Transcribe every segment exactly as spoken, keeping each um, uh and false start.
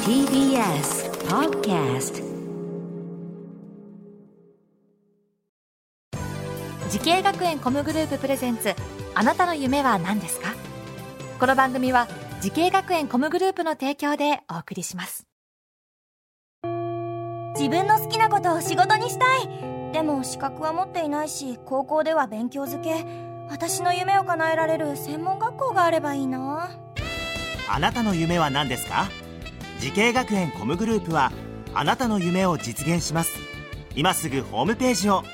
ティービーエス Podcast。 時系学園コムグループプレゼンツ、あなたの夢は何ですか？この番組は時系学園コムグループの提供でお送りします。 自分の好きなことを仕事にしたい。でも資格は持っていないし、高校では勉強づけ。私の夢を叶えられる専門学校があればいいな。 あなたの夢は何ですか？時系学園コムグループはあなたの夢を実現します。今すぐホームページを。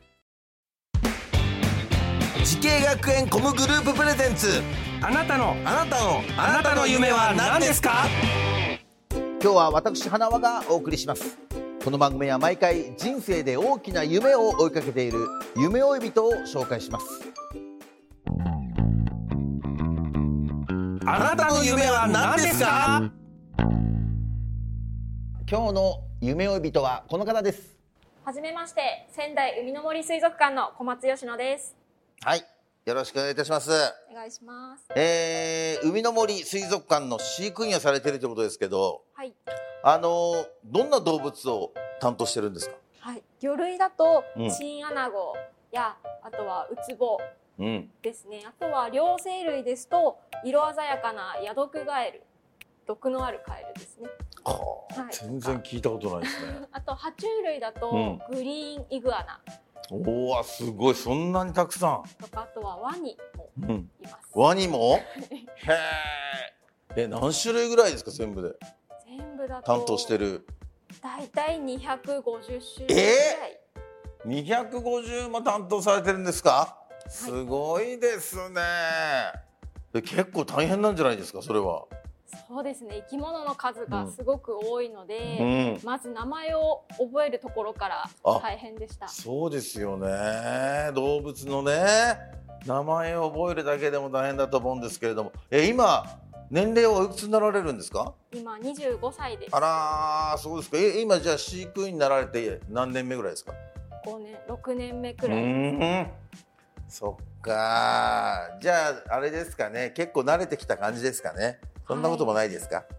時系学園コムグループプレゼンツ、 あなたのあなたのあなたの夢は何ですか？ 今日は私花輪がお送りします。この番組は毎回人生で大きな夢を追いかけている夢追い人を紹介します。 あなたの夢は何ですか？ 今日の夢追い人はこの方です。 はじめまして、仙台海の森水族館の小松佳乃です。 はい、よろしくお願いいたします。 お願いします。 えー、海の森水族館の飼育員をされているということですけど、 はい、 あのどんな動物を担当してるんですか？ はい、魚類だと、 うん、 チンアナゴやあとはウツボですね、うん、あとは両生類ですと色鮮やかなヤドクガエル、毒のあるカエルですね。 はあ、はい、全然聞いたことないですね。 あと爬虫類だと、うん、グリーンイグアナ。 おー、すごい、そんなにたくさん。 とかあとはワニもいます。 うん、ワニもへー。え、何種類ぐらいですか、全部で？ 全部だと担当してる。だいたいにひゃくごじゅっしゅるいぐらい。 えー、にひゃくごじゅうも担当されてるんですか？はい、すごいですね。結構大変なんじゃないですか、それは？ そうですね、生き物の数がすごく多いので、うん、まず名前を覚えるところから大変でした。 そうですよね、動物のね名前を覚えるだけでも大変だと思うんですけれども、え今年齢はおいくつになられるんですか？ 今にじゅうごさいです。 あら、そうですか。え今じゃあ飼育員になられて何年目ぐらいですか？ ごねんろくねんめくらいです。 うん、そっか。じゃああれですかね、結構慣れてきた感じですかね？そんなこともないですか？はい、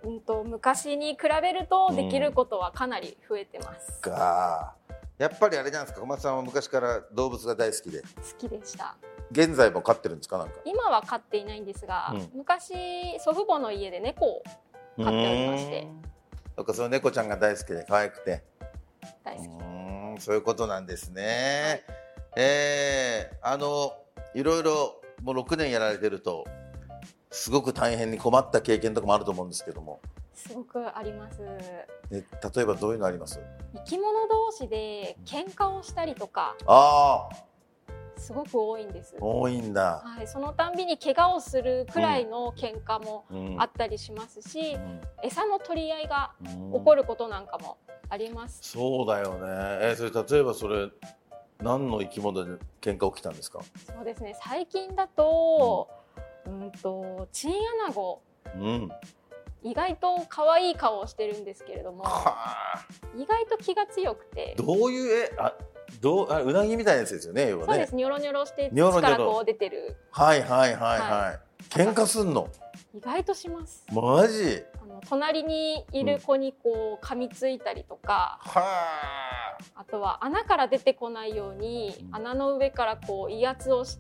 うんと昔に比べるとできることはかなり増えてます。 うん、か。やっぱりあれなんですか、小松さんは昔から動物が大好きで？好きでした。 現在も飼ってるんですか？なんか今は飼っていないんですが、うん、昔祖父母の家で猫を飼っておりまして、 そっか、その猫ちゃんが大好きで可愛くて大好き。 うん、そういうことなんですね。はい、えー、あのいろいろもうろくねんやられてるとすごく大変に困った経験とかもあると思うんですけども。 すごくあります。 え例えばどういうのあります？ 生き物同士で喧嘩をしたりとか、 あすごく多いんです。 多いんだ。 はい、そのたんびに怪我をするくらいの喧嘩もあったりしますし、うん、餌の取り合いが起こることなんかもあります。 うん、そうだよね。えそれ例えばそれ何の生き物で喧嘩起きたんですか？ そうですね、最近だと、うん、うんとチンアナゴ、うん、意外と可愛い顔をしてるんですけれども、意外と気が強くて。 どういうえあどうあうなぎみたいなやつですよね、要はね。 そうです、ニョロニョロして土からこう出てる。 はいはいはいはい、はい、喧嘩すんの？ 意外とします。 マジ？ あの隣にいる子にこう噛みついたりとか、うん、はあとは穴から出てこないように、うん、穴の上からこう威圧をして、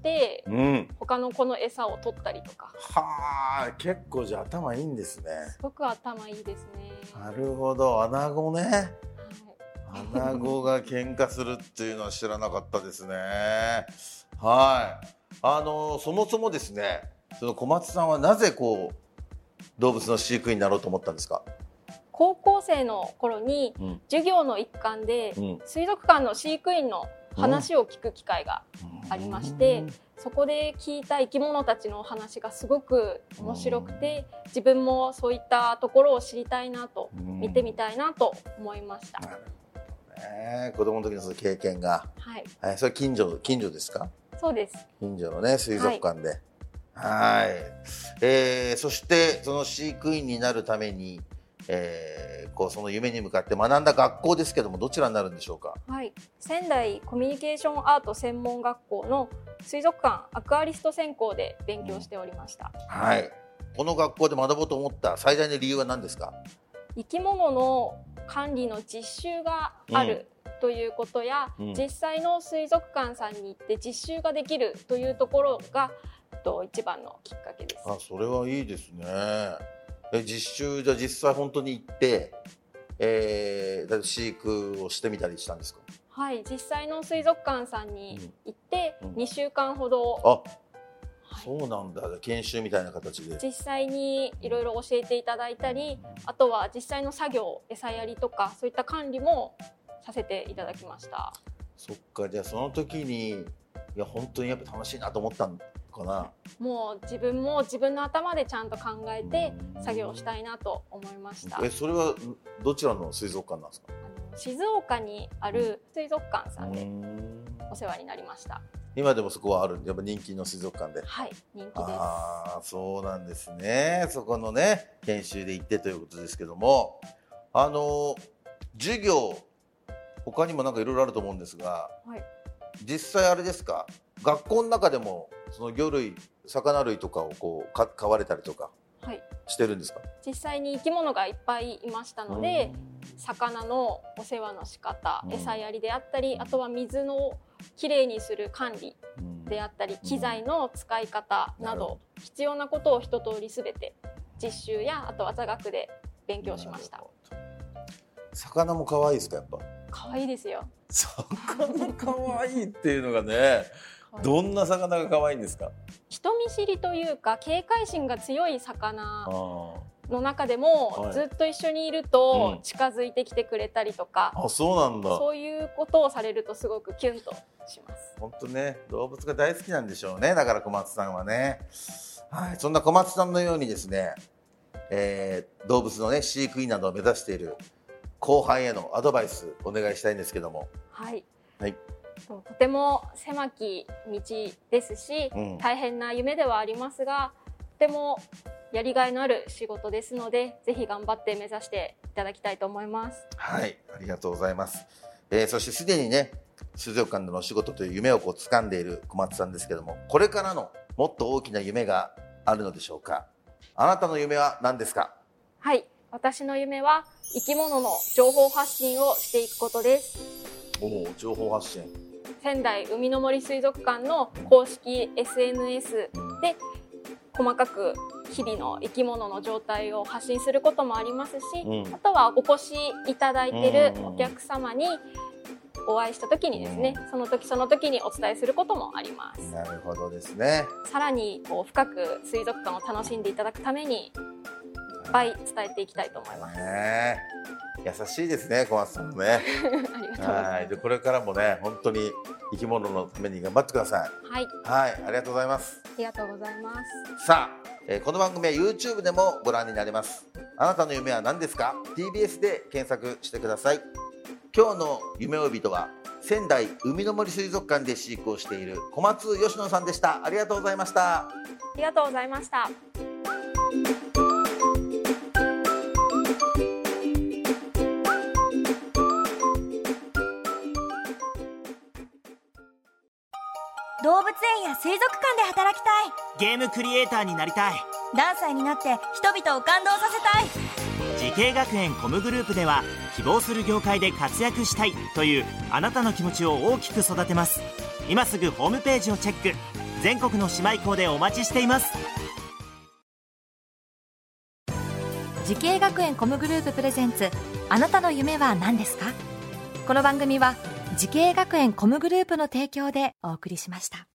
うん、他の子の餌を取ったりとか。 はあ、結構じゃあ頭いいんですね。 すごく頭いいですね。 なるほど、穴子ね。穴子が喧嘩するっていうのは知らなかったですね。はい。あのそもそもですね、その小松さんはなぜこう動物の飼育員になろうと思ったんですか？ 高校生の頃に、うん、授業の一環で、うん、水族館の飼育員の話を聞く機会がありまして、うん、そこで聞いた生き物たちの話がすごく面白くて、うん、自分もそういったところを知りたいなと、うん、見てみたいなと思いました。 ね、子供の時のその経験が、はいはい、それ近所近所ですか？ そうです。 近所のね水族館で、はい、はい、えー、そしてその飼育員になるために、えー、こうその夢に向かって学んだ学校ですけども、どちらになるんでしょうか？ はい、仙台コミュニケーションアート専門学校の水族館アクアリスト専攻で勉強しておりました。 うん、はい。 この学校で学ぼうと思った最大の理由は何ですか？ 生き物の管理の実習がある、うん、ということや、うん、実際の水族館さんに行って実習ができるというところがと一番のきっかけです。 あ、それはいいですね。え実習じゃ実際本当に行って、えー、飼育をしてみたりしたんですか？ はい、実際の水族館さんに行ってにしゅうかんほど、 うんうん、あ、はい、そうなんだ。研修みたいな形で実際にいろいろ教えていただいたり、あとは実際の作業、餌やりとかそういった管理もさせていただきました。 そっか。じゃあその時にいや本当にやっぱ楽しいなと思ったんかな。 もう自分も自分の頭でちゃんと考えて作業したいなと思いました。 えそれはどちらの水族館なんですか？ あの静岡にある水族館さんでお世話になりました。 今でもそこはあるんで、やっぱ人気の水族館で。 はい、人気です。 ああ、そうなんですね。そこのね研修で行ってということですけども、あの授業他にもなんかいろいろあると思うんですが、はい、実際あれですか、学校の中でもその魚類、魚類とかをこうか飼われたりとかしてるんですか？はい、実際に生き物がいっぱいいましたので、魚のお世話の仕方、餌やりであったり、あとは水のきれいにする管理であったり、機材の使い方など必要なことを一通りすべて実習やあとは座学で勉強しました。 魚も可愛いですか？やっぱ可愛いですよ。 魚可愛いっていうのがねどんな魚が可愛いんですか？ 人見知りというか警戒心が強い魚の中でもずっと一緒にいると近づいてきてくれたりとか、 あ、そうなんだ。 そういうことをされるとすごくキュンとします。 本当ね、動物が大好きなんでしょうね。だから小松さんはね、はい、そんな小松さんのようにですね、えー、動物のね飼育員などを目指している後輩へのアドバイスお願いしたいんですけども。 はい、 はい、 とても狭き道ですし、うん、大変な夢ではありますが、とてもやりがいのある仕事ですので、ぜひ頑張って目指していただきたいと思います。 はい、ありがとうございます。えー、そしてすでにね水族館でのお仕事という夢をこう掴んでいる小松さんですけども、これからのもっと大きな夢があるのでしょうか？あなたの夢は何ですか？ はい、私の夢は生き物の情報発信をしていくことです。 おお、情報発信。 仙台海の森水族館の公式 エスエヌエス で細かく日々の生き物の状態を発信することもありますし、うん、あとはお越しいただいているお客様にお会いした時にですね、その時その時にお伝えすることもあります。 なるほどですね。 さらにこう深く水族館を楽しんでいただくためにいっぱい伝えていきたいと思います。 ね、優しいですね、小松さんもね。 ありがとうございます。 はい、でこれからもね本当に生き物のために頑張ってください。 はい、 はい、ありがとうございます。 ありがとうございます。 さあ、えー、この番組は YouTube でもご覧になれます。あなたの夢は何ですか？ ティービーエス で検索してください。今日の夢追い人は仙台海の森水族館で飼育をしている小松佳乃さんでした。ありがとうございました。 ありがとうございました。 動物園や水族館で働きたい。 ゲームクリエイターになりたい。 何歳になって人々を感動させたい。 時系学園コムグループでは希望する業界で活躍したいというあなたの気持ちを大きく育てます。今すぐホームページをチェック。全国の姉妹校でお待ちしています。 時系学園コムグループプレゼンツ、あなたの夢は何ですか？この番組は時系学園コムグループの提供でお送りしました。